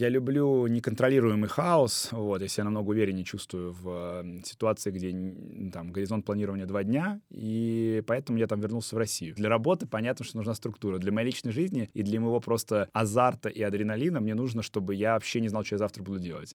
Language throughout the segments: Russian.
Я люблю неконтролируемый хаос. Вот, я себя намного увереннее чувствую в ситуации, где там горизонт планирования 2 дня, и поэтому я там вернулся в Россию. Для работы понятно, что нужна структура. Для моей личной жизни и для моего просто азарта и адреналина мне нужно, чтобы я вообще не знал, что я завтра буду делать.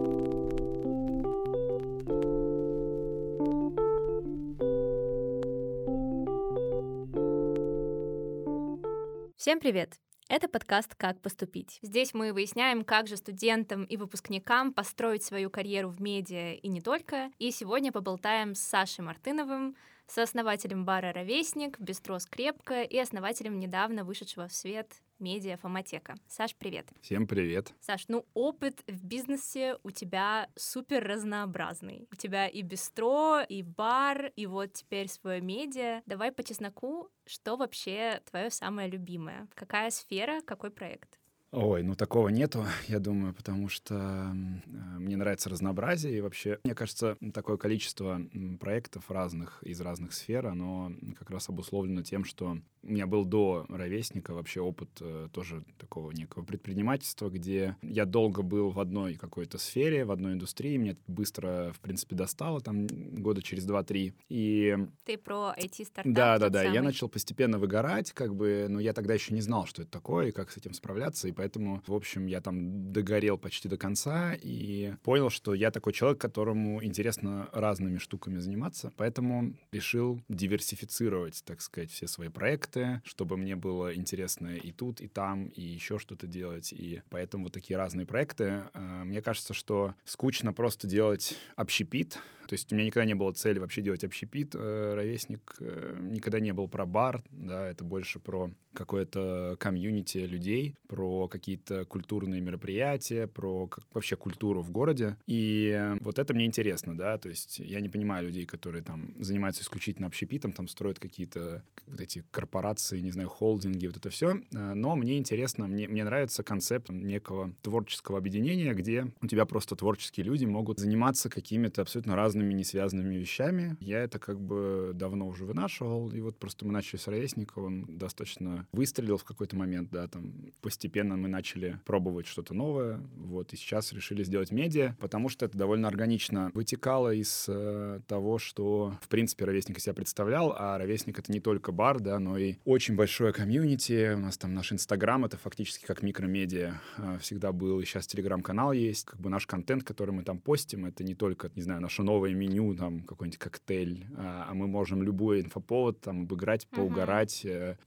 Всем привет! Это подкаст «Как поступить». Здесь мы выясняем, как же студентам и выпускникам построить свою карьеру в медиа и не только. И сегодня поболтаем с Сашей Мартыновым, сооснователем бара «Ровесник», бистро «Скрепка» и основателем недавно вышедшего в свет медиа «Фомотека». Саш, привет. Всем привет. Саш, опыт в бизнесе у тебя супер разнообразный. У тебя и бистро, и бар, и вот теперь свое медиа. Давай по чесноку, что вообще твое самое любимое? Какая сфера, какой проект? Ой, такого нету, я думаю, потому что мне нравится разнообразие, и вообще, мне кажется, такое количество проектов разных, из разных сфер, оно как раз обусловлено тем, что у меня был до «Ровесника» вообще опыт тоже такого некого предпринимательства, где я долго был в одной какой-то сфере, в одной индустрии, меня это быстро, в принципе, достало, там, года через 2-3, и... Ты про IT-стартап? Да, я начал постепенно выгорать, но я тогда еще не знал, что это такое, и как с этим справляться, и поэтому, в общем, я там догорел почти до конца и понял, что я такой человек, которому интересно разными штуками заниматься, поэтому решил диверсифицировать, так сказать, все свои проекты, чтобы мне было интересно и тут, и там, и еще что-то делать, и поэтому вот такие разные проекты. Мне кажется, что скучно просто делать общепит, то есть у меня никогда не было цели вообще делать общепит. «Ровесник» никогда не был про бар, да, это больше про какое-то комьюнити людей, про какие-то культурные мероприятия, про вообще культуру в городе. И вот это мне интересно, да, то есть я не понимаю людей, которые там занимаются исключительно общепитом, там строят какие-то вот эти корпорации, не знаю, холдинги, вот это все. Но мне интересно, мне нравится концепт некого творческого объединения, где у тебя просто творческие люди могут заниматься какими-то абсолютно разными, не связанными вещами. Я это давно уже вынашивал, и вот просто мы начали с «Ровесника», он достаточно выстрелил в какой-то момент, да, там постепенно мы начали пробовать что-то новое, вот, и сейчас решили сделать медиа, потому что это довольно органично вытекало из того, что, в принципе, «Ровесник» из себя представлял, а «Ровесник» — это не только бар, да, но и очень большое комьюнити, у нас там наш Инстаграм, это фактически как микромедиа всегда был, и сейчас Телеграм-канал есть, наш контент, который мы там постим, это не только, не знаю, наше новое меню, там, какой-нибудь коктейль, а мы можем любой инфоповод там обыграть, поугарать,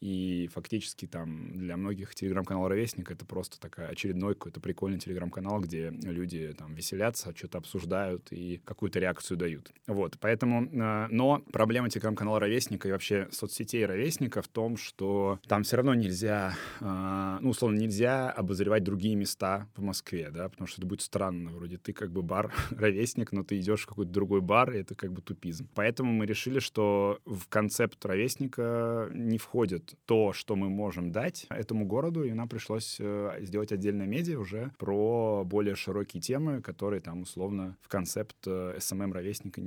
и фактически там для многих Телеграм-канал «Ровесник» — это просто такой очередной какой-то прикольный Телеграм-канал, где люди там веселятся, что-то обсуждают и какую-то реакцию дают. Вот, поэтому, но проблема Телеграм-канала «Ровесника» и вообще соцсетей «Ровесника» в том, что там все равно нельзя, условно, нельзя обозревать другие места в Москве, да, потому что это будет странно, вроде ты бар «Ровесник», но ты идешь в какой-то другой бар, и это тупизм. Поэтому мы решили, что в концепт «Ровесника» не входит то, что мы можем дать этому городу, и нам пришлось сделать отдельное медиа уже про более широкие темы, которые там условно в концепт SMM «Ровесника»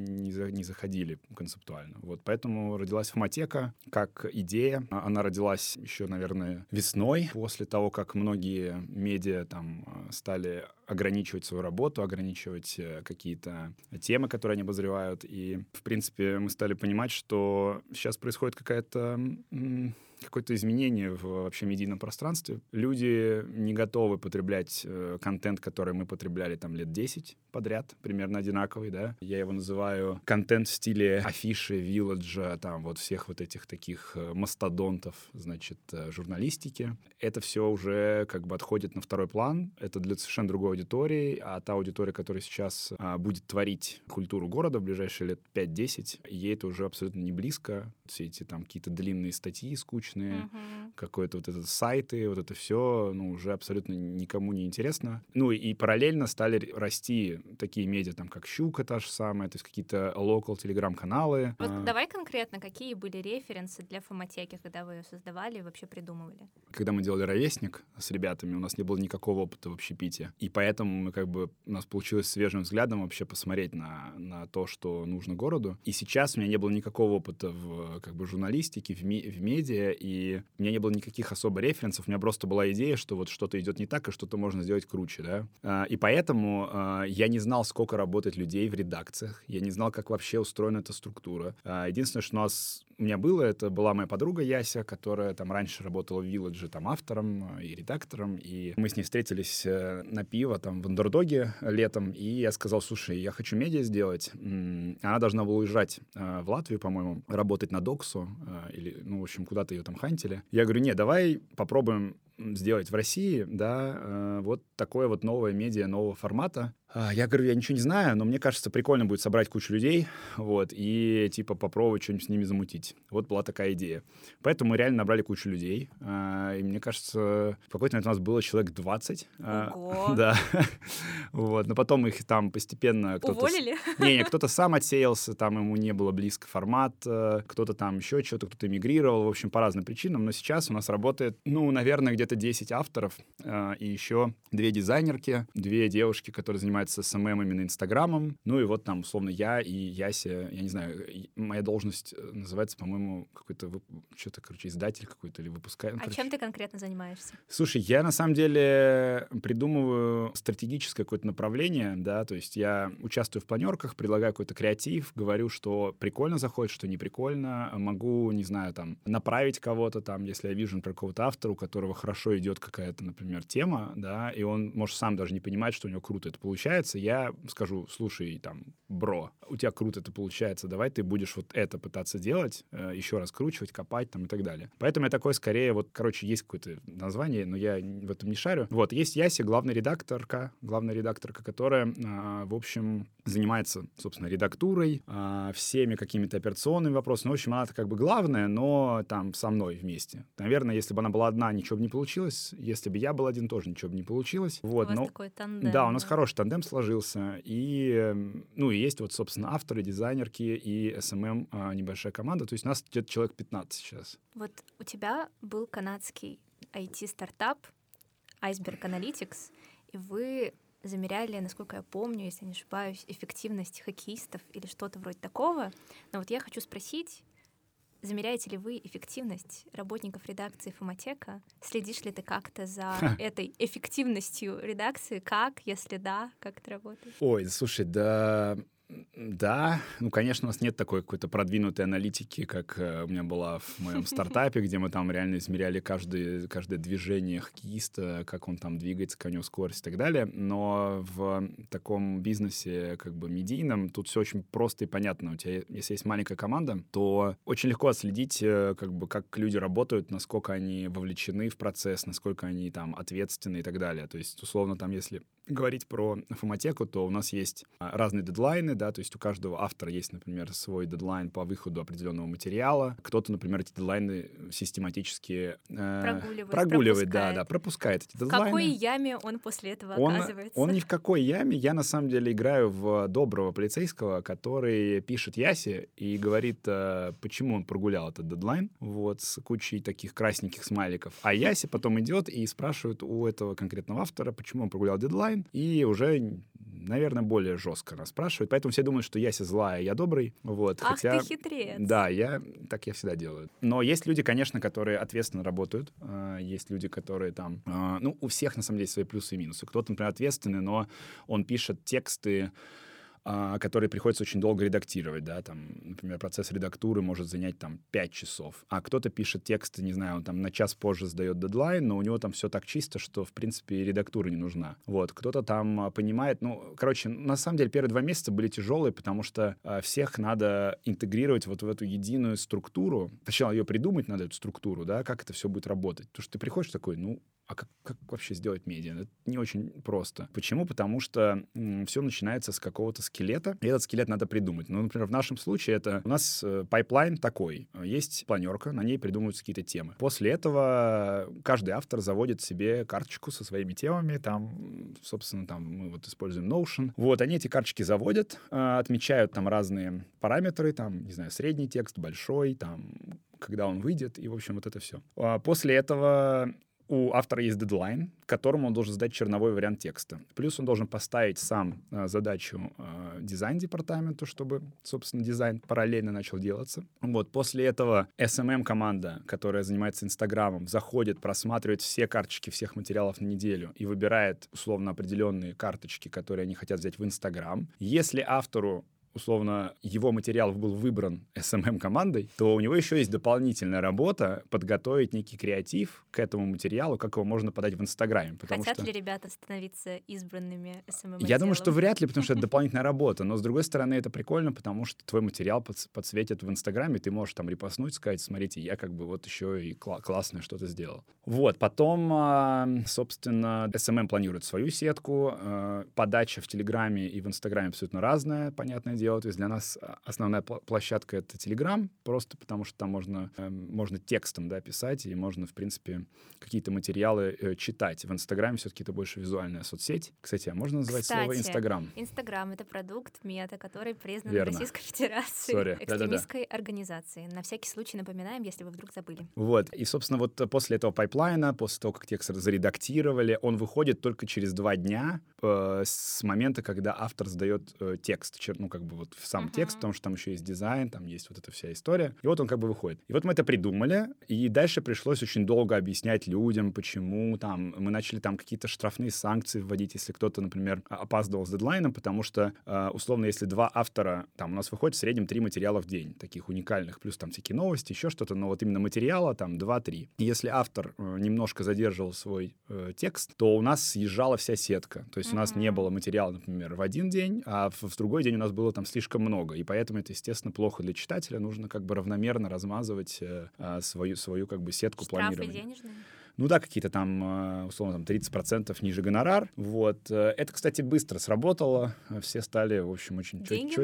не заходили концептуально. Вот, поэтому родилась «Фомотека» как идея. Она родилась еще, наверное, весной, после того, как многие медиа там стали ограничивать свою работу, ограничивать какие-то темы, которые они обозревают. И, в принципе, мы стали понимать, что сейчас происходит какое-то изменение в вообще медийном пространстве. Люди не готовы потреблять контент, который мы потребляли там лет 10 подряд, примерно одинаковый, да. Я его называю контент в стиле афиши, вилладжа, там вот всех вот этих таких мастодонтов, значит, журналистики. Это все уже отходит на второй план. Это для совершенно другой аудитории, а та аудитория, которая сейчас будет творить культуру города в ближайшие лет 5-10, ей это уже абсолютно не близко. Все эти там какие-то длинные статьи скучные, какой-то вот этот сайты, вот это все, уже абсолютно никому не интересно. И параллельно стали расти такие медиа, там, как «Щука» та же самая, то есть какие-то local телеграм-каналы. Вот давай конкретно, какие были референсы для Фомотеки, когда вы ее создавали и вообще придумывали? Когда мы делали «Ровесник» с ребятами, у нас не было никакого опыта в общепите, и поэтому мы у нас получилось свежим взглядом вообще посмотреть на то, что нужно городу. И сейчас у меня не было никакого опыта в журналистике, в медиа, и у меня не было было никаких особо референсов, у меня просто была идея, что вот что-то идет не так, и что-то можно сделать круче, да. И поэтому я не знал, сколько работает людей в редакциях, я не знал, как вообще устроена эта структура. Единственное, что у меня было, это была моя подруга Яся, которая там раньше работала в Village там автором и редактором, и мы с ней встретились на пиво там в Андердоге летом, и я сказал: слушай, я хочу медиа сделать. Она должна была уезжать в Латвию, по-моему, работать на Доксу, или, ну, в общем, куда-то ее там хантили. Я говорю: нет, давай попробуем сделать в России, да, вот такое вот новое медиа, нового формата. Я говорю: я ничего не знаю, но мне кажется, прикольно будет собрать кучу людей, вот, и, типа, попробовать что-нибудь с ними замутить. Вот была такая идея. Поэтому мы реально набрали кучу людей, и мне кажется, в какой-то момент у нас было человек 20. Ого! Да. Вот, но потом их там постепенно кто-то... Уволили? Не, кто-то сам отсеялся, там ему не было близко формат, кто-то там еще что-то, кто-то эмигрировал, в общем, по разным причинам, но сейчас у нас работает, ну, наверное, где-то 10 авторов, и еще 2 дизайнерки, 2 девушки, которые занимаются СММ именно Инстаграмом, ну и вот там, условно, я и Яся, я не знаю, моя должность называется, по-моему, какой-то, что-то, короче, издатель какой-то или выпускающий. Чем ты конкретно занимаешься? Слушай, я на самом деле придумываю стратегическое какое-то направление, да, то есть я участвую в планерках, предлагаю какой-то креатив, говорю, что прикольно заходит, что не прикольно, могу, не знаю, там, направить кого-то там, если я вижу, например, какого-то автора, у которого хорошо идет какая-то, например, тема, да, и он может сам даже не понимать, что у него круто это получается, я скажу: слушай, там, бро, у тебя круто это получается, давай ты будешь вот это пытаться делать, еще раскручивать, копать там и так далее. Поэтому я такой скорее, вот, короче, есть какое-то название, но я в этом не шарю. Вот, есть Яся, главная редакторка, которая, в общем, занимается, собственно, редактурой, всеми какими-то операционными вопросами. Ну, в общем, она как бы главная, но там со мной вместе. Наверное, если бы она была одна, ничего бы не получилось. Если бы я был один, тоже ничего бы не получилось. Вот, у вас такой тандем. Да, у нас хороший тандем сложился. И, ну, и есть вот, собственно, авторы, дизайнерки и SMM небольшая команда. То есть у нас где-то человек 15 сейчас. Вот у тебя был канадский IT-стартап Iceberg Analytics, и вы замеряли, насколько я помню, если не ошибаюсь, эффективность хоккеистов или что-то вроде такого. Но вот я хочу спросить, замеряете ли вы эффективность работников редакции Фомотека? Следишь ли ты как-то за этой эффективностью редакции? Как, если да, как это работает? Ой, слушай, да, ну, конечно, у нас нет такой какой-то продвинутой аналитики, как у меня была в моем стартапе, где мы там реально измеряли каждое движение хоккеиста, как он там двигается, какая у него скорость и так далее. Но в таком бизнесе, как бы, медийном, тут все очень просто и понятно. У тебя, если есть маленькая команда, то очень легко отследить, как бы, как люди работают, насколько они вовлечены в процесс, насколько они там ответственны и так далее. То есть, условно, там, если говорить про Фомотеку, то у нас есть разные дедлайны, да, то есть у каждого автора есть, например, свой дедлайн по выходу определенного материала. Кто-то, например, эти дедлайны систематически пропускает. Да, пропускает эти дедлайны. В какой яме он после этого оказывается? Он ни в какой яме. Я, на самом деле, играю в доброго полицейского, который пишет Ясе и говорит, почему он прогулял этот дедлайн, вот, с кучей таких красненьких смайликов. А Ясе потом идет и спрашивает у этого конкретного автора, почему он прогулял дедлайн, и уже, наверное, более жестко нас спрашивают. Поэтому все думают, что Яся злая, я добрый. Вот. Ах, ты хитрец. Да, я всегда делаю. Но есть люди, конечно, которые ответственно работают. Есть люди, которые там... Ну, у всех, на самом деле, свои плюсы и минусы. Кто-то, например, ответственный, но он пишет тексты, которые приходится очень долго редактировать, да, там, например, процесс редактуры может занять там 5 часов, а кто-то пишет тексты, не знаю, он там на час позже сдает дедлайн, но у него там все так чисто, что, в принципе, редактура не нужна. Вот, кто-то там понимает, ну, короче, на самом деле первые 2 месяца были тяжелые, потому что всех надо интегрировать вот в эту единую структуру, сначала ее придумать надо, эту структуру, да, как это все будет работать, потому что ты приходишь такой, ну, а как вообще сделать медиа? Это не очень просто. Почему? Потому что все начинается с какого-то скелета, и этот скелет надо придумать. Ну, например, в нашем случае это у нас пайплайн такой. Есть планерка, на ней придумываются какие-то темы. После этого каждый автор заводит себе карточку со своими темами. Там, собственно, там мы вот используем Notion. Вот, они эти карточки заводят, отмечают там разные параметры, там, не знаю, средний текст, большой, там, когда он выйдет, и, в общем, вот это все. После этого у автора есть дедлайн, к которому он должен сдать черновой вариант текста. Плюс он должен поставить сам задачу дизайн-департаменту, чтобы, собственно, дизайн параллельно начал делаться. Вот. После этого SMM-команда, которая занимается Инстаграмом, заходит, просматривает все карточки всех материалов на неделю и выбирает, условно, определенные карточки, которые они хотят взять в Инстаграм. Если автору условно, его материал был выбран SMM-командой, то у него еще есть дополнительная работа подготовить некий креатив к этому материалу, как его можно подать в Инстаграме. Хотят ли ребята становиться избранными SMM-отделом? Я думаю, что вряд ли, потому что это дополнительная работа. Но, с другой стороны, это прикольно, потому что твой материал подсветят в Инстаграме, ты можешь там репостнуть, сказать, смотрите, я как бы вот еще и классное что-то сделал. Вот, потом, собственно, SMM планирует свою сетку, подача в Телеграме и в Инстаграме абсолютно разная, понятное дело. То есть для нас основная площадка — это Telegram, просто потому что там можно текстом, да, писать, и можно, в принципе, какие-то материалы читать. В Инстаграме все-таки это больше визуальная соцсеть. Кстати, а можно назвать слово Инстаграм? Инстаграм — это продукт Мета, который признан Российской Федерацией экстремистской организацией. На всякий случай напоминаем, если вы вдруг забыли. Вот. И, собственно, вот после этого пайплайна, после того, как текст заредактировали, он выходит только через 2 дня с момента, когда автор сдает текст, ну, как бы вот в сам текст, потому что там еще есть дизайн, там есть вот эта вся история. И вот он как бы выходит. И вот мы это придумали, и дальше пришлось очень долго объяснять людям, почему там мы начали там какие-то штрафные санкции вводить, если кто-то, например, опаздывал с дедлайном, потому что, условно, если 2 автора, там у нас выходит в среднем 3 материала в день, таких уникальных, плюс там всякие новости, еще что-то, но вот именно материала там 2-3. И если автор немножко задерживал свой текст, то у нас съезжала вся сетка. То есть у нас не было материала, например, в один день, а в другой день у нас было там слишком много. И поэтому это, естественно, плохо для читателя. Нужно как бы равномерно размазывать свою как бы сетку планирования. Штрафы денежные? Ну да, какие-то там, условно, там 30% ниже гонорар. Вот. Это, кстати, быстро сработало. Все стали, в общем, очень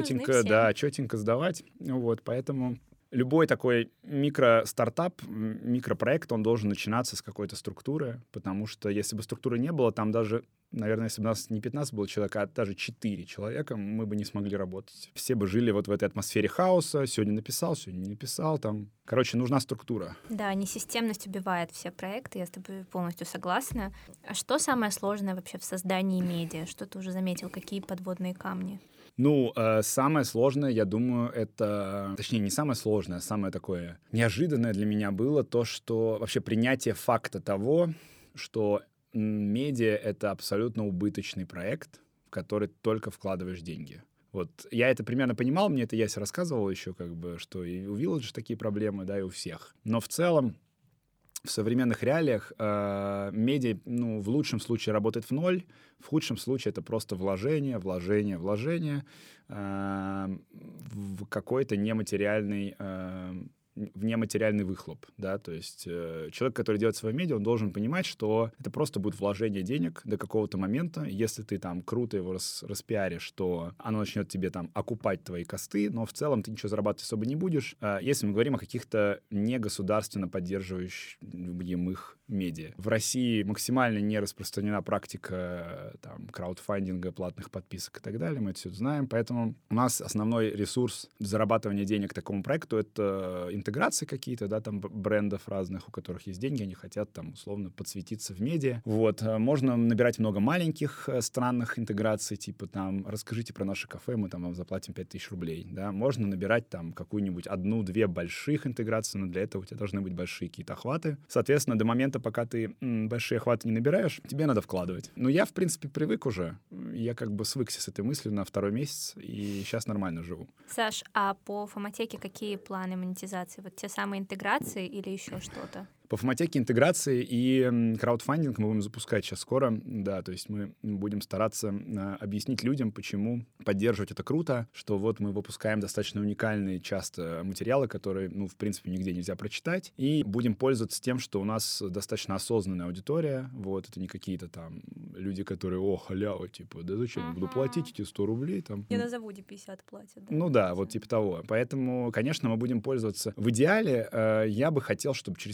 четенько сдавать. Вот, поэтому любой такой микростартап, микропроект, он должен начинаться с какой-то структуры, потому что если бы структуры не было, там даже, наверное, если бы у нас не 15 было человек, а даже 4 человека, мы бы не смогли работать. Все бы жили вот в этой атмосфере хаоса. Сегодня написал, сегодня не написал. Там. Короче, нужна структура. Да, несистемность убивает все проекты, я с тобой полностью согласна. А что самое сложное вообще в создании медиа? Что ты уже заметил? Какие подводные камни? Ну, самое сложное, я думаю, это... Точнее, не самое сложное, а самое такое неожиданное для меня было то, что вообще принятие факта того, что медиа — это абсолютно убыточный проект, в который только вкладываешь деньги. Вот я это примерно понимал, мне это Яся рассказывал еще, как бы, что и у Village такие проблемы, да, и у всех. Но в целом, в современных реалиях медиа, ну, в лучшем случае работает в ноль, в худшем случае это просто вложение в какой-то нематериальный выхлоп, да, то есть человек, который делает свое медиа, он должен понимать, что это просто будет вложение денег до какого-то момента. Если ты там круто его распиаришь, то оно начнет тебе там окупать твои косты, но в целом ты ничего зарабатывать особо не будешь. Если мы говорим о каких-то негосударственно поддерживаемых медиа. В России максимально не распространена практика там краудфандинга, платных подписок и так далее, мы это все знаем, поэтому у нас основной ресурс зарабатывания денег такому проекту — это интеграции какие-то, да, там брендов разных, у которых есть деньги, они хотят там условно подсветиться в медиа. Вот. Можно набирать много маленьких странных интеграций, типа там расскажите про наше кафе, мы там вам заплатим 5000 рублей, да. Можно набирать там какую-нибудь 1-2 больших интеграций, но для этого у тебя должны быть большие какие-то охваты. Соответственно, до момента, пока ты большие охваты не набираешь, тебе надо вкладывать. Но я, в принципе, привык уже. Я как бы свыкся с этой мыслью на 2-й месяц, и сейчас нормально живу. Саш, а по Фоматеке какие планы монетизации? Вот те самые интеграции или еще что-то? По Фоматеке интеграции и краудфандинг мы будем запускать сейчас скоро. Да, то есть мы будем стараться объяснить людям, почему поддерживать это круто, что вот мы выпускаем достаточно уникальные часто материалы, которые, ну, в принципе, нигде нельзя прочитать, и будем пользоваться тем, что у нас достаточно осознанная аудитория. Вот, это не какие-то там люди, которые, о, халява, типа, да зачем я буду платить эти 100 рублей? Там. Я на заводе 50 платят. Да? Ну да, вот типа того. Поэтому, конечно, мы будем пользоваться. В идеале я бы хотел, чтобы через 5-10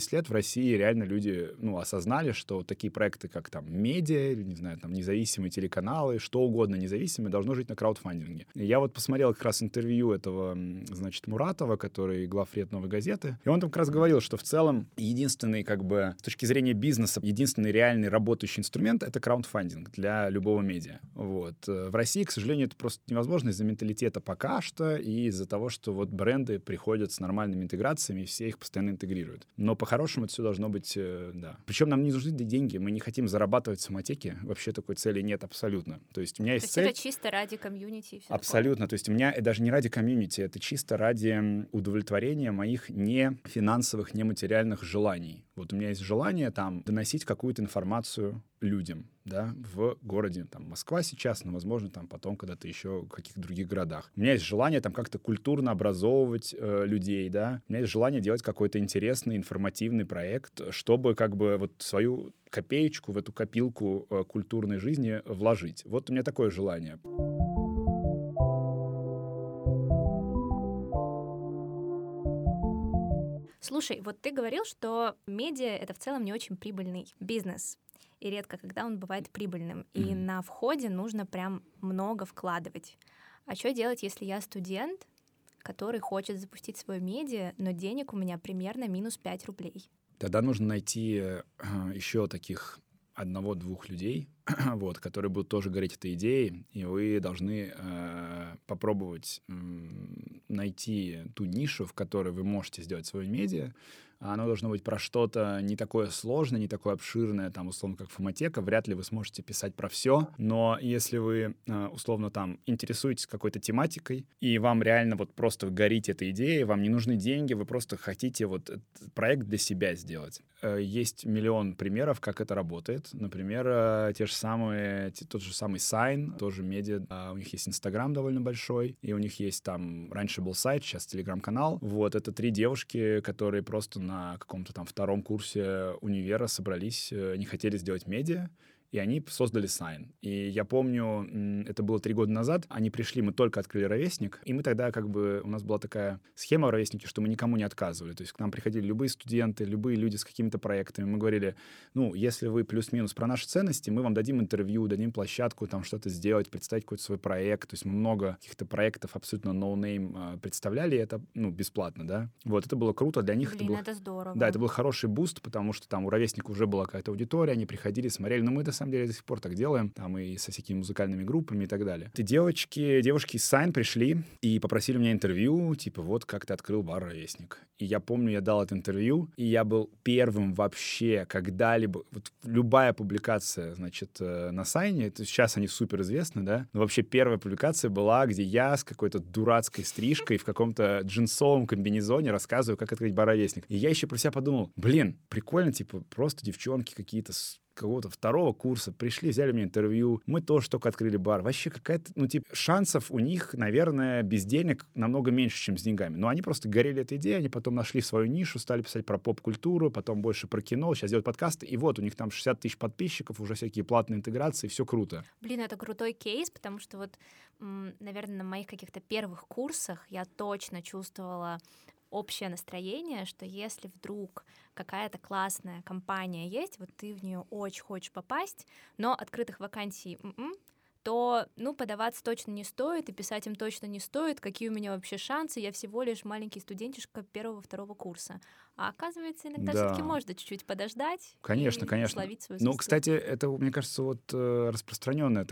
10 лет в России реально люди, осознали, что такие проекты, как там медиа, или, не знаю, там независимые телеканалы, что угодно независимое, должно жить на краудфандинге. И я вот посмотрел как раз интервью этого, значит, Муратова, который главред «Новой газеты», и он там как раз говорил, что в целом единственный, как бы, с точки зрения бизнеса, единственный реальный работающий инструмент — это краудфандинг для любого медиа. Вот. В России, к сожалению, это просто невозможно из-за менталитета пока что и из-за того, что вот бренды приходят с нормальными интеграциями, и все их постоянно интегрируют. Но по-хорошему это все должно быть, да. Причем нам не нужны деньги, мы не хотим зарабатывать в самотеке, вообще такой цели нет абсолютно. То есть у меня есть цель... это чисто ради комьюнити? Абсолютно. То есть у меня даже не ради комьюнити, это чисто ради удовлетворения моих не финансовых, нематериальных желаний. Вот у меня есть желание там доносить какую-то информацию людям, да, в городе, там, Москва сейчас, но, возможно, там потом когда-то еще в каких-то других городах. У меня есть желание там как-то культурно образовывать людей, да. У меня есть желание делать какой-то интересный, информативный проект, чтобы как бы вот свою копеечку в эту копилку культурной жизни вложить. Вот у меня такое желание. Слушай, вот ты говорил, что медиа — это в целом не очень прибыльный бизнес, и редко когда он бывает прибыльным, и на входе нужно прям много вкладывать. А что делать, если я студент, который хочет запустить свое медиа, но денег у меня примерно минус 5 рублей? Тогда нужно найти еще таких 1-2 людей, вот, которые будут тоже гореть этой идеей, и вы должны попробовать найти ту нишу, в которой вы можете сделать свое медиа. Оно должно быть про что-то не такое сложное, не такое обширное, там, условно, как Фомотека. Вряд ли вы сможете писать про все. Но если вы, условно, там, интересуетесь какой-то тематикой, и вам реально вот просто горите этой идеей, вам не нужны деньги, вы просто хотите вот этот проект для себя сделать. Есть миллион примеров, как это работает. Например, тот же самый Sign, тоже медиа. У них есть Инстаграм довольно большой, и у них есть там, раньше был сайт, сейчас Телеграм-канал. Вот, это 3 девушки, которые просто на каком-то там 2-м курсе универа собрались, не хотели сделать медиа, и они создали Sign. И я помню, это было 3 года назад, они пришли, мы только открыли «Ровесник», и мы тогда как бы, у нас была такая схема в «Ровеснике», что мы никому не отказывали. То есть к нам приходили любые студенты, любые люди с какими-то проектами. Мы говорили, если вы плюс-минус про наши ценности, мы вам дадим интервью, дадим площадку, там что-то сделать, представить какой-то свой проект. То есть мы много каких-то проектов абсолютно no-name представляли, это, бесплатно, да. Вот, это было круто для них. Это здорово. Да, это был хороший буст, потому что там у «Ровесника» уже была какая-то аудитория, они приходили, смотрели, но мы, на самом деле, до сих пор так делаем, там и со всякими музыкальными группами и так далее. И девушки из Sign пришли и попросили у меня интервью, типа, вот как ты открыл бар «Ровесник». И я помню, я дал это интервью, и я был первым вообще когда-либо, вот любая публикация, значит, на Сайне, то сейчас они суперизвестны, да, но вообще первая публикация была, где я с какой-то дурацкой стрижкой в каком-то джинсовом комбинезоне рассказываю, как открыть бар «Ровесник». И я еще про себя подумал, прикольно, типа, просто девчонки какие-то какого-то 2-го курса пришли, взяли мне интервью, мы тоже только открыли бар. Вообще какая-то, шансов у них, наверное, без денег намного меньше, чем с деньгами. Но они просто горели этой идеей, они потом нашли свою нишу, стали писать про поп-культуру, потом больше про кино, сейчас делают подкасты, и вот у них там 60 тысяч подписчиков, уже всякие платные интеграции, все круто. Это крутой кейс, потому что вот, наверное, на моих каких-то первых курсах я точно чувствовала общее настроение, что если вдруг какая-то классная компания есть, вот ты в нее очень хочешь попасть, но открытых вакансий то, подаваться точно не стоит, и писать им точно не стоит, какие у меня вообще шансы, я всего лишь маленький студентишка 1-2 курса. А оказывается, иногда все-таки можно чуть-чуть подождать конечно. словить свою звезду. Кстати, это, мне кажется, вот распространенное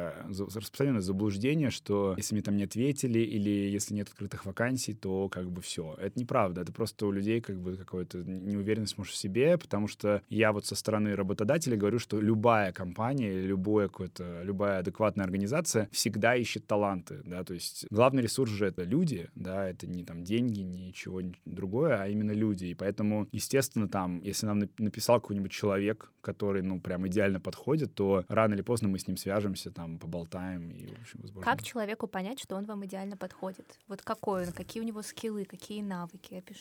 заблуждение, что если мне там не ответили или если нет открытых вакансий, то как бы все. Это неправда. Это просто у людей как бы какая-то неуверенность, может, в себе, потому что я вот со стороны работодателя говорю, что любая компания, любая адекватная организация всегда ищет таланты, да, то есть главный ресурс же это люди, да, это не там деньги, ничего другое, а именно люди. И поэтому, естественно, там, если нам написал какой-нибудь человек, который, прям идеально подходит, то рано или поздно мы с ним свяжемся, там, поболтаем и, в общем, возможно. Как человеку понять, что он вам идеально подходит? Вот какой он, какие у него скиллы, какие навыки? Опиши.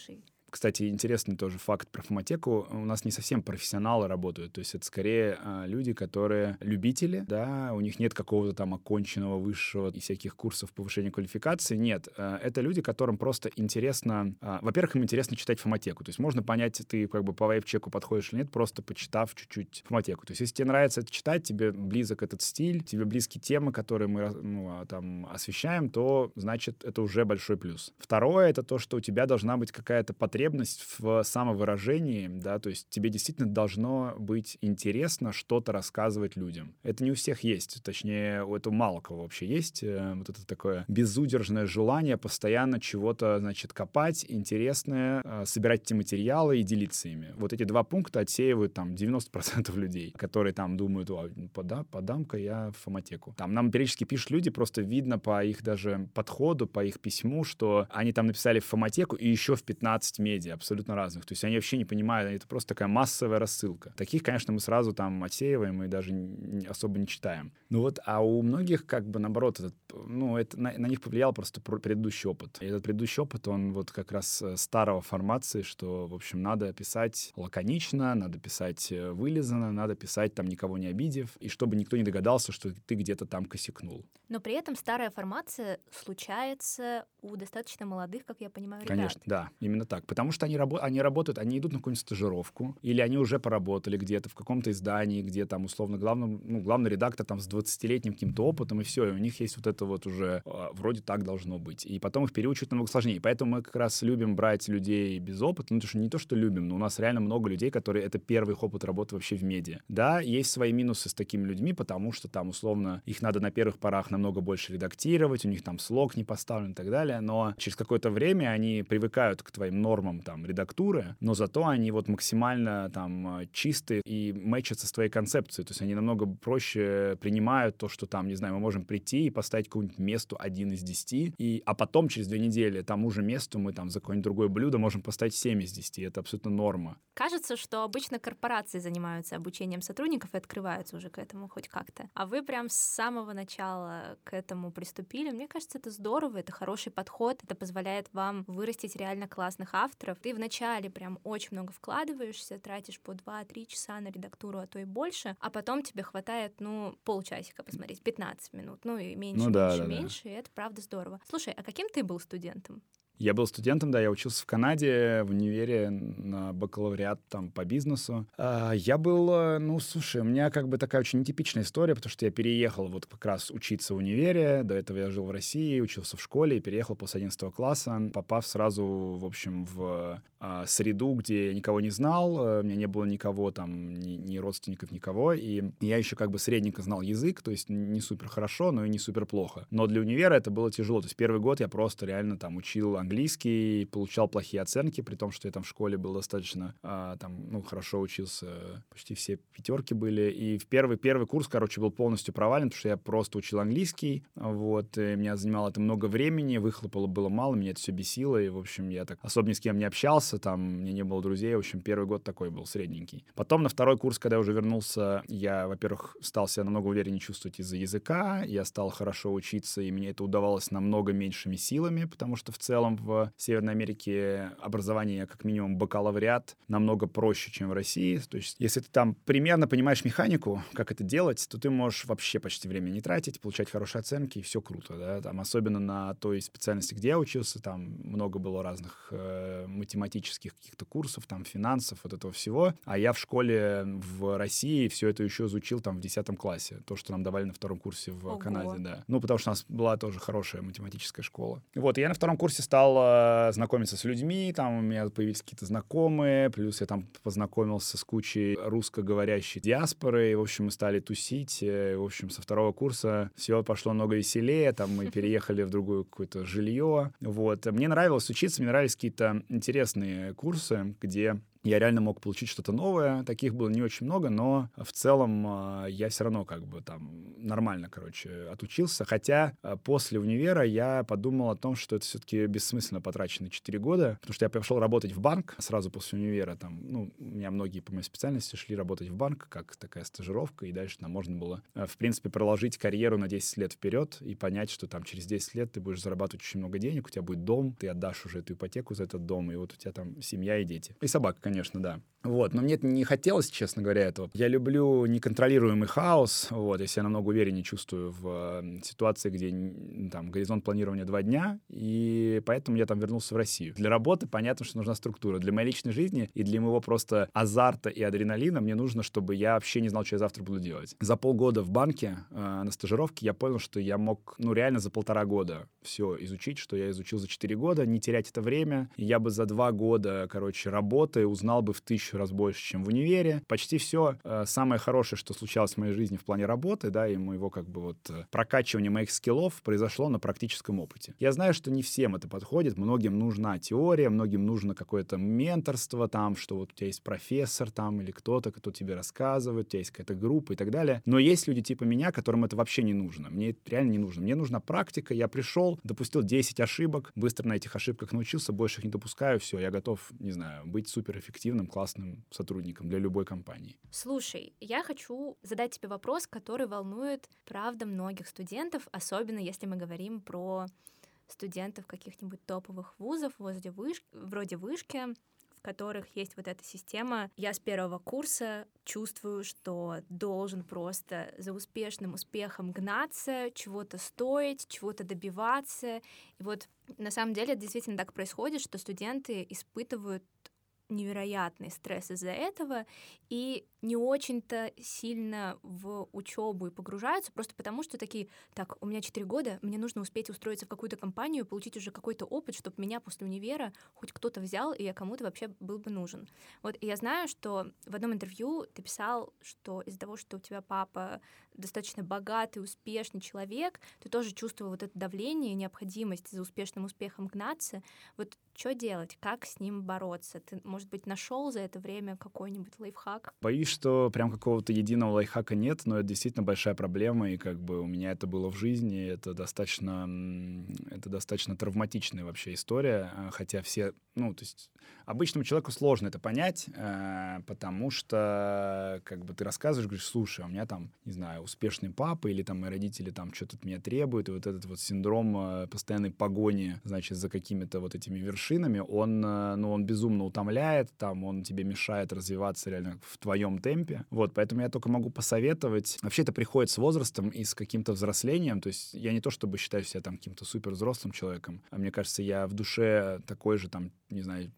Кстати, интересный тоже факт про фонотеку. У нас не совсем профессионалы работают, то есть это скорее люди, которые любители, да, у них нет какого-то там оконченного высшего и всяких курсов повышения квалификации. Нет, это люди, которым просто интересно... Во-первых, им интересно читать фонотеку. То есть можно понять, ты как бы по вайб-чеку подходишь или нет, просто почитав чуть-чуть фонотеку. То есть если тебе нравится это читать, тебе близок этот стиль, тебе близки темы, которые мы там освещаем, то, значит, это уже большой плюс. Второе — это то, что у тебя должна быть какая-то потребность в самовыражении, да, то есть тебе действительно должно быть интересно что-то рассказывать людям. Это не у всех есть, точнее, это у мало кого вообще есть. Вот это такое безудержное желание постоянно чего-то, значит, копать, интересное, собирать эти материалы и делиться ими. Вот эти два пункта отсеивают там 90% людей, которые там думают: подам-ка я в фонотеку. Там нам периодически пишут люди, просто видно по их даже подходу, по их письму, что они там написали в фонотеку и еще в 15 медиа абсолютно разных. То есть они вообще не понимают, это просто такая массовая рассылка. Таких, конечно, мы сразу там отсеиваем и даже особо не читаем. Ну вот, а у многих как бы наоборот, это на них повлиял просто предыдущий опыт. И этот предыдущий опыт, он вот как раз старого формации, что, в общем, надо писать лаконично, надо писать вылизанно, надо писать там никого не обидев, и чтобы никто не догадался, что ты где-то там косякнул. Но при этом старая формация случается у достаточно молодых, как я понимаю, ребят. Конечно, да, именно так. Потому что они работают, они идут на какую-нибудь стажировку, или они уже поработали где-то в каком-то издании, где там условно главный редактор там с 20-летним каким-то опытом, и все, и у них есть вот это вот уже вроде так должно быть. И потом их переучивать намного сложнее. Поэтому мы как раз любим брать людей без опыта. Ну, потому что не то, что любим, но у нас реально много людей, которые это первый их опыт работы вообще в медиа. Да, есть свои минусы с такими людьми, потому что там условно их надо на первых порах намного больше редактировать, у них там слог не поставлен и так далее, но через какое-то время они привыкают к твоим нормам там редактуры, но зато они вот максимально там чистые и мэчатся с твоей концепцией, то есть они намного проще принимают то, что там, не знаю, мы можем прийти и поставить какому-нибудь месту 1 из 10, а потом через 2 недели тому же месту мы там за какое-нибудь другое блюдо можем поставить 7 из 10, это абсолютно норма. Кажется, что обычно корпорации занимаются обучением сотрудников и открываются уже к этому хоть как-то. А вы прям с самого начала к этому приступили. Мне кажется, это здорово, это хороший подход, это позволяет вам вырастить реально классных авторов. Ты вначале прям очень много вкладываешься, тратишь по 2-3 часа на редактуру, а то и больше, а потом тебе хватает, полчасика посмотреть, 15 минут, и меньше, и это правда здорово. Слушай, а каким ты был студентом? Я был студентом, да, я учился в Канаде, в универе на бакалавриат там по бизнесу. Я был, слушай, у меня как бы такая очень нетипичная история, потому что я переехал вот как раз учиться в универе, до этого я жил в России, учился в школе и переехал после 11 класса, попав сразу, в общем, в среду, где я никого не знал, у меня не было никого там, ни родственников, никого, и я еще как бы средненько знал язык, то есть не супер хорошо, но и не супер плохо. Но для универа это было тяжело, то есть первый год я просто реально там учил английский, получал плохие оценки, при том, что я там в школе был достаточно, хорошо учился, почти все 5 были, и в первый курс, был полностью провален, потому что я просто учил английский, вот, и меня занимало это много времени, выхлопа было мало, меня это все бесило, и, в общем, я так особо ни с кем не общался, там, мне не было друзей, в общем, первый год такой был, средненький. Потом на второй курс, когда я уже вернулся, я, во-первых, стал себя намного увереннее чувствовать из-за языка, я стал хорошо учиться, и мне это удавалось намного меньшими силами, потому что в целом в Северной Америке образование, как минимум бакалавриат, намного проще, чем в России. То есть, если ты там примерно понимаешь механику, как это делать, то ты можешь вообще почти время не тратить, получать хорошие оценки, и все круто, да. Там, особенно на той специальности, где я учился, там много было разных математических каких-то курсов, там, финансов, вот этого всего. А я в школе в России все это еще изучил там в 10 классе. То, что нам давали на втором курсе в Канаде, да. Потому что у нас была тоже хорошая математическая школа. Вот, и я на втором курсе стал знакомиться с людьми, там у меня появились какие-то знакомые, плюс я там познакомился с кучей русскоговорящей диаспоры, и, в общем, мы стали тусить, и, в общем, со второго курса все пошло много веселее, там мы переехали в другое какое-то жилье, вот. Мне нравилось учиться, мне нравились какие-то интересные курсы, где я реально мог получить что-то новое. Таких было не очень много, но в целом я все равно как бы там нормально, отучился. Хотя после универа я подумал о том, что это все-таки бессмысленно потраченные 4 года, потому что я пошел работать в банк сразу после универа. Там, ну, у меня многие по моей специальности шли работать в банк, как такая стажировка, и дальше там можно было, в принципе, проложить карьеру на 10 лет вперед и понять, что там через 10 лет ты будешь зарабатывать очень много денег, у тебя будет дом, ты отдашь уже эту ипотеку за этот дом, и вот у тебя там семья и дети. И собака, конечно, да. Вот, но мне не хотелось, честно говоря, этого. Я люблю неконтролируемый хаос, вот, я себя намного увереннее чувствую в ситуации, где там горизонт планирования 2 дня, и поэтому я там вернулся в Россию. Для работы понятно, что нужна структура. Для моей личной жизни и для моего просто азарта и адреналина мне нужно, чтобы я вообще не знал, что я завтра буду делать. За полгода в банке на стажировке я понял, что я мог, ну, реально за 1,5 года все изучить, что я изучил за 4 года, не терять это время. И я бы за 2 года, работы узнал бы в 1000 раз больше, чем в универе. Почти все самое хорошее, что случалось в моей жизни в плане работы, да, и моего прокачивания моих скиллов произошло на практическом опыте. Я знаю, что не всем это подходит, многим нужна теория, многим нужно какое-то менторство там, что вот у тебя есть профессор там или кто-то, кто тебе рассказывает, у тебя есть какая-то группа и так далее. Но есть люди типа меня, которым это вообще не нужно. Мне это реально не нужно. Мне нужна практика. Я пришел, допустил 10 ошибок, быстро на этих ошибках научился, больше их не допускаю, все, я готов, не знаю, быть суперэффективным, классным сотрудником для любой компании. Слушай, я хочу задать тебе вопрос, который волнует, правда, многих студентов, особенно если мы говорим про студентов каких-нибудь топовых вузов вроде вышки, в которых есть вот эта система. Я с 1 курса чувствую, что должен просто за успешным успехом гнаться, чего-то стоить, чего-то добиваться. И вот на самом деле это действительно так происходит, что студенты испытывают невероятный стресс из-за этого и не очень-то сильно в учебу и погружаются, просто потому что такие: так, у меня 4 года, мне нужно успеть устроиться в какую-то компанию, получить уже какой-то опыт, чтобы меня после универа хоть кто-то взял, и я кому-то вообще был бы нужен. Вот, и я знаю, что в одном интервью ты писал, что из-за того, что у тебя папа достаточно богатый, успешный человек, ты тоже чувствовал вот это давление, необходимость за успешным успехом гнаться. Вот что делать? Как с ним бороться? Ты, может быть, нашел за это время какой-нибудь лайфхак? Боюсь, что прям какого-то единого лайфхака нет, но это действительно большая проблема, и у меня это было в жизни, это достаточно травматичная вообще история, хотя все, то есть обычному человеку сложно это понять, потому что ты рассказываешь, говоришь: слушай, у меня там, не знаю, успешный папа, или там мои родители там что-то от меня требуют, и вот этот вот синдром постоянной погони, значит, за какими-то вот этими вершинами, он безумно утомляет, там, он тебе мешает развиваться реально в твоем темпе. Вот, поэтому я только могу посоветовать. Вообще это приходит с возрастом и с каким-то взрослением. То есть я не то чтобы считаю себя там каким-то супер взрослым человеком, а мне кажется, я в душе такой же там, не знаю,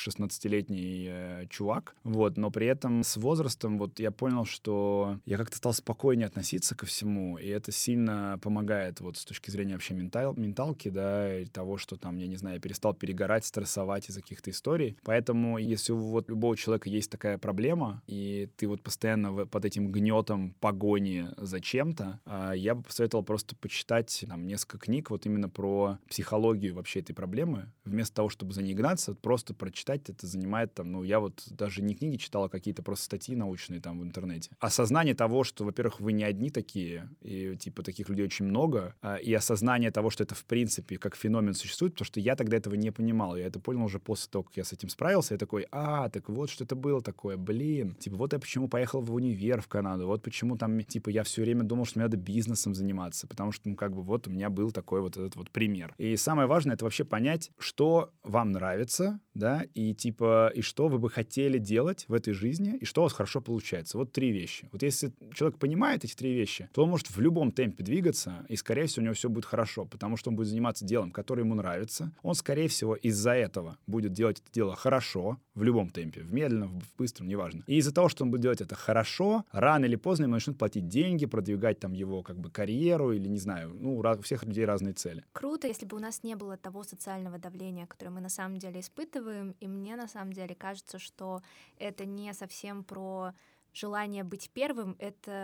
16-летний чувак. Вот, но при этом с возрастом вот я понял, что я как-то стал спокойнее относиться ко всему, и это сильно помогает вот с точки зрения вообще менталки, да, и того, что там, я не знаю, я перестал перегорать, стрессовать из-за каких-то историй. Поэтому если у любого человека есть такая проблема, и ты вот постоянно под этим гнетом погони за чем-то, я бы посоветовал просто почитать там несколько книг вот именно про психологию вообще этой проблемы. Вместо того, чтобы за ней гнаться, просто прочитать это занимает там, я вот даже не книги читал, а какие-то просто статьи научные там в интернете. Осознание того, что, во-первых, вы не одни такие, и типа таких людей очень много, и осознание того, что это в принципе как феномен существует, потому что я тогда этого не понимал. Я это понял уже после того, как я с этим справился. Я такой: так вот что это было такое, блин. Типа вот я почему поехал в универ в Канаду, вот почему там, типа, я все время думал, что мне надо бизнесом заниматься, потому что, вот у меня был такой вот этот вот пример. И самое важное — это вообще понять, что вам нравится, да, и типа, и что вы бы хотели делать в этой жизни, и что у вас хорошо получается. Вот 3 вещи. Вот если человек понимает эти 3 вещи, то он может в любом темпе двигаться, и, скорее всего, у него все будет хорошо, потому что он будет заниматься делом, которое ему нравится. Он, скорее всего, из-за этого будет делать это дело хорошо, в любом темпе, в медленном, в быстром, неважно. И из-за того, что он будет делать это хорошо, рано или поздно ему начнут платить деньги, продвигать там его карьеру или, не знаю, у всех людей разные цели. Круто, если бы у нас не было того социального давления, которое мы на самом деле испытываем, и мне на самом деле кажется, что это не совсем про желание быть первым, это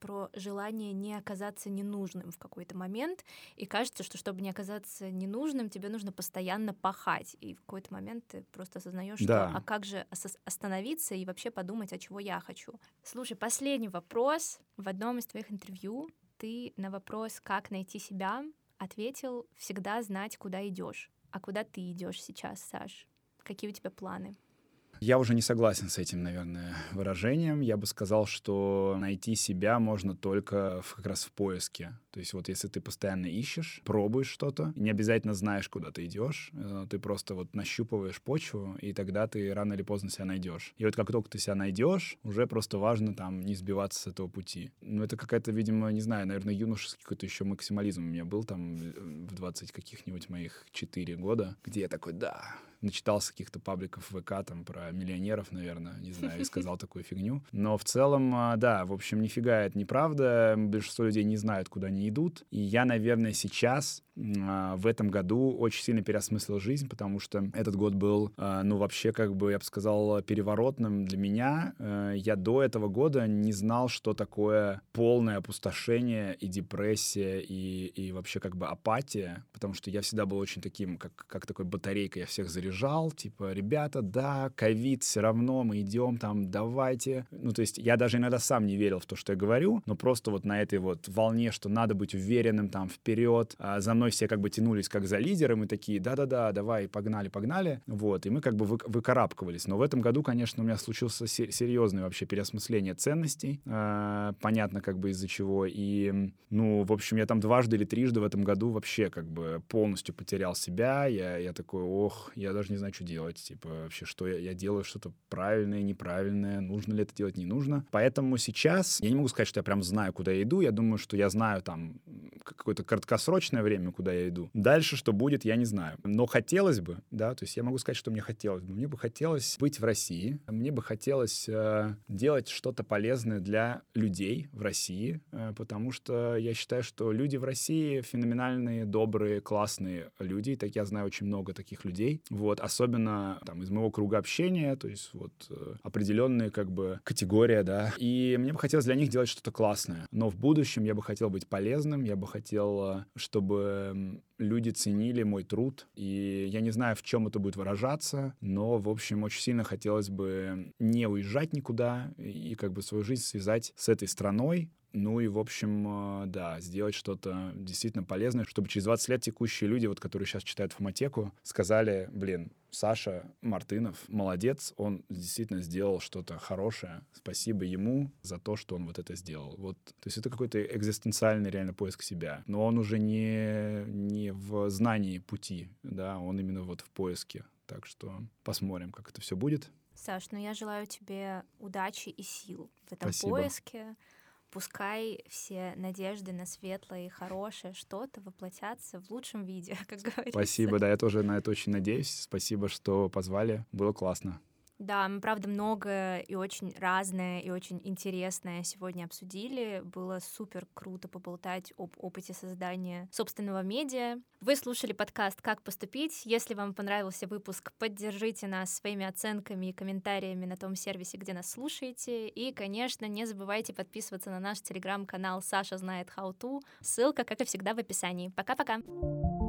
про желание не оказаться ненужным в какой-то момент, и кажется, что чтобы не оказаться ненужным, тебе нужно постоянно пахать, и в какой-то момент ты просто осознаешь, Да. что а как же остановиться и вообще подумать, а чего я хочу. Слушай, последний вопрос. В одном из твоих интервью ты на вопрос, как найти себя, ответил: всегда знать, куда идешь. А куда ты идешь сейчас, Саш? Какие у тебя планы? Я уже не согласен с этим, наверное, выражением. Я бы сказал, что найти себя можно только как раз в поиске. То есть вот если ты постоянно ищешь, пробуешь что-то, не обязательно знаешь, куда ты идешь, ты просто вот нащупываешь почву, и тогда ты рано или поздно себя найдешь. И вот как только ты себя найдешь, уже просто важно там не сбиваться с этого пути. Ну, это какая-то, видимо, не знаю, наверное, юношеский какой-то еще максимализм у меня был там в 20 каких-нибудь моих 4 года, где я такой, да, начитался каких-то пабликов ВК там про миллионеров, наверное, не знаю, и сказал такую фигню. Но в целом, да, в общем, нифига это неправда. Большинство людей не знают, куда они идут. И я, наверное, сейчас в этом году очень сильно переосмыслил жизнь, потому что этот год был, ну, вообще, как бы, я бы сказал, переворотным для меня. Я до этого года не знал, что такое полное опустошение и депрессия, и вообще, как бы, апатия, потому что я всегда был очень таким, как такой батарейкой, я всех заряжал, типа, ребята, да, ковид, все равно мы идем там, давайте. Ну, то есть я даже иногда сам не верил в то, что я говорю, но просто вот на этой вот волне, что надо быть уверенным там вперед, за мной все как бы тянулись как за лидером и такие, да-да-да, давай, погнали, вот, и мы как бы выкарабкивались. Но в этом году, конечно, у меня случился серьезное вообще переосмысление ценностей, понятно, как бы из-за чего, и, ну, в общем, я там дважды или трижды в этом году вообще как бы полностью потерял себя, я такой, ох, я даже не знаю, что делать, типа, вообще, что я делаю, что-то правильное, неправильное, нужно ли это делать, не нужно. Поэтому сейчас я не могу сказать, что я прям знаю, куда я иду, я думаю, что я знаю там какое-то краткосрочное время, куда я иду. Дальше, что будет, я не знаю. Но хотелось бы, да, то есть я могу сказать, что мне хотелось бы. Мне бы хотелось быть в России, мне бы хотелось делать что-то полезное для людей в России, потому что я считаю, что люди в России феноменальные, добрые, классные люди, и так я знаю очень много таких людей, вот, особенно там из моего круга общения, то есть вот определенные как бы категория, да, и мне бы хотелось для них делать что-то классное, но в будущем я бы хотел быть полезным, я бы хотел, чтобы люди ценили мой труд, и я не знаю, в чем это будет выражаться, но, в общем, очень сильно хотелось бы не уезжать никуда и как бы свою жизнь связать с этой страной. Ну и, в общем, да, сделать что-то действительно полезное, чтобы через 20 лет текущие люди, вот, которые сейчас читают Фомотеку, сказали, блин, Саша Мартынов молодец, он действительно сделал что-то хорошее. Спасибо ему за то, что он вот это сделал. Вот, то есть это какой-то экзистенциальный реально поиск себя. Но он уже не в знании пути, да, он именно вот в поиске. Так что посмотрим, как это все будет. Саш, ну я желаю тебе удачи и сил в этом Спасибо. поиске. Пускай все надежды на светлое и хорошее что-то воплотятся в лучшем виде, как говорится. Спасибо, да, я тоже на это очень надеюсь. Спасибо, что позвали. Было классно. Да, мы, правда, многое и очень разное, и очень интересное сегодня обсудили. Было супер круто поболтать об опыте создания собственного медиа. Вы слушали подкаст «Как поступить?». Если вам понравился выпуск, поддержите нас своими оценками и комментариями на том сервисе, где нас слушаете. И, конечно, не забывайте подписываться на наш телеграм-канал «Саша знает how to». Ссылка, как и всегда, в описании. Пока-пока!